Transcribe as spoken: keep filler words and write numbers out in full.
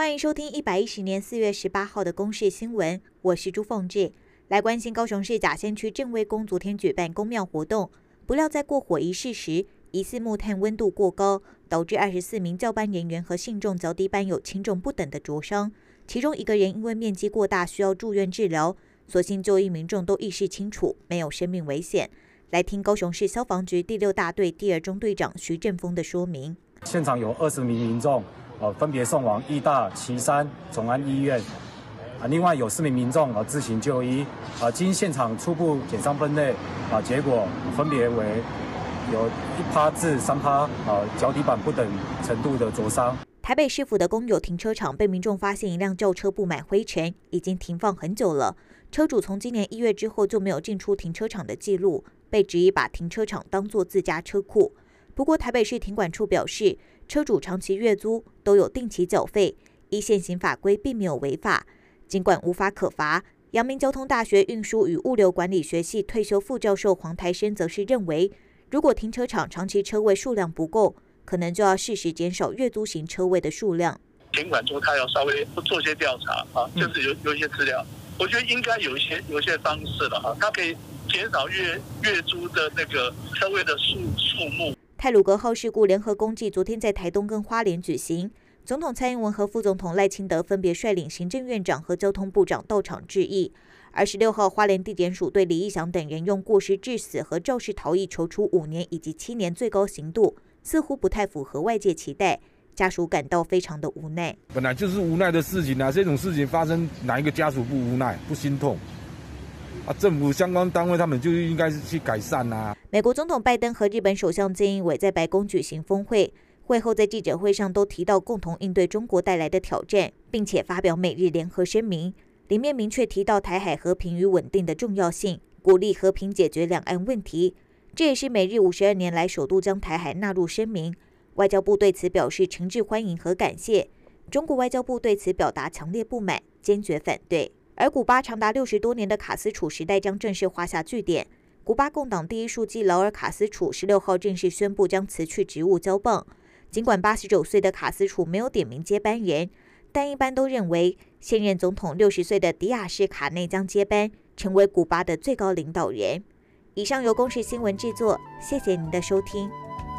欢迎收听一百一十年四月十八号的公视新闻，我是朱凤志。来关心高雄市甲仙区正威宫昨天举办公庙活动，不料在过火仪式时，疑似木炭温度过高，导致二十四名教班人员和信众脚底板有轻重不等的灼伤，其中一个人因为面积过大需要住院治疗，所幸就医民众都意识清楚，没有生命危险。来听高雄市消防局第六大队第二中队长徐正峰的说明。 现场有二十名民众。呃，分别送往义大、旗山、总安医院，啊，另外有四名民众呃自行就医，啊，经现场初步检伤分类，啊，结果分别为有一趴至三趴，啊，脚底板不等程度的灼伤。 台北市府的公有停车场被民众发现一辆轿车布满灰尘，已经停放很久了。车主从今年一月之后就没有进出停车场的记录，被质疑把停车场当作自家车库。不过，台北市停管处表示，车主长期月租都有定期缴费，依现行法规并没有违法。尽管无法可罚，阳明交通大学运输与物流管理学系退休副教授黄台生则是认为，如果停车场长期车位数量不够，可能就要适时减少月租型车位的数量。 停管处他要稍微做些调查啊，就是有有一些资料，我觉得应该有一些有一些方式了哈，它可以减少月月租的那个车位的数数目。 太鲁阁号事故联合公祭昨天在台东跟花莲举行，总统蔡英文和副总统赖清德分别率领行政院长和交通部长到场致意。二十六号，花莲地检署对李义祥等人用过失致死和肇事逃逸求处五年以及七年最高刑度，似乎不太符合外界期待，家属感到非常的无奈。 本来就是无奈的事情啊，这种事情发生，哪一个家属不无奈、不心痛？啊，政府相关单位他们就应该是去改善啊。 美国总统拜登和日本首相菅义伟在白宫举行峰会，会后在记者会上都提到共同应对中国带来的挑战，并且发表美日联合声明，里面明确提到台海和平与稳定的重要性，鼓励和平解决两岸问题。这也是美日五十二年来首度将台海纳入声明。外交部对此表示诚挚欢迎和感谢，中国外交部对此表达强烈不满，坚决反对。而古巴长达六十多年的卡斯楚时代将正式画下句点。古巴共党第一书记劳尔·卡斯楚十六号正式宣布将辞去职务交棒。尽管八十九岁的卡斯楚没有点名接班人，但一般都认为现任总统六十岁的迪亚士·卡内将接班，成为古巴的最高领导人。以上由公视新闻制作，谢谢您的收听。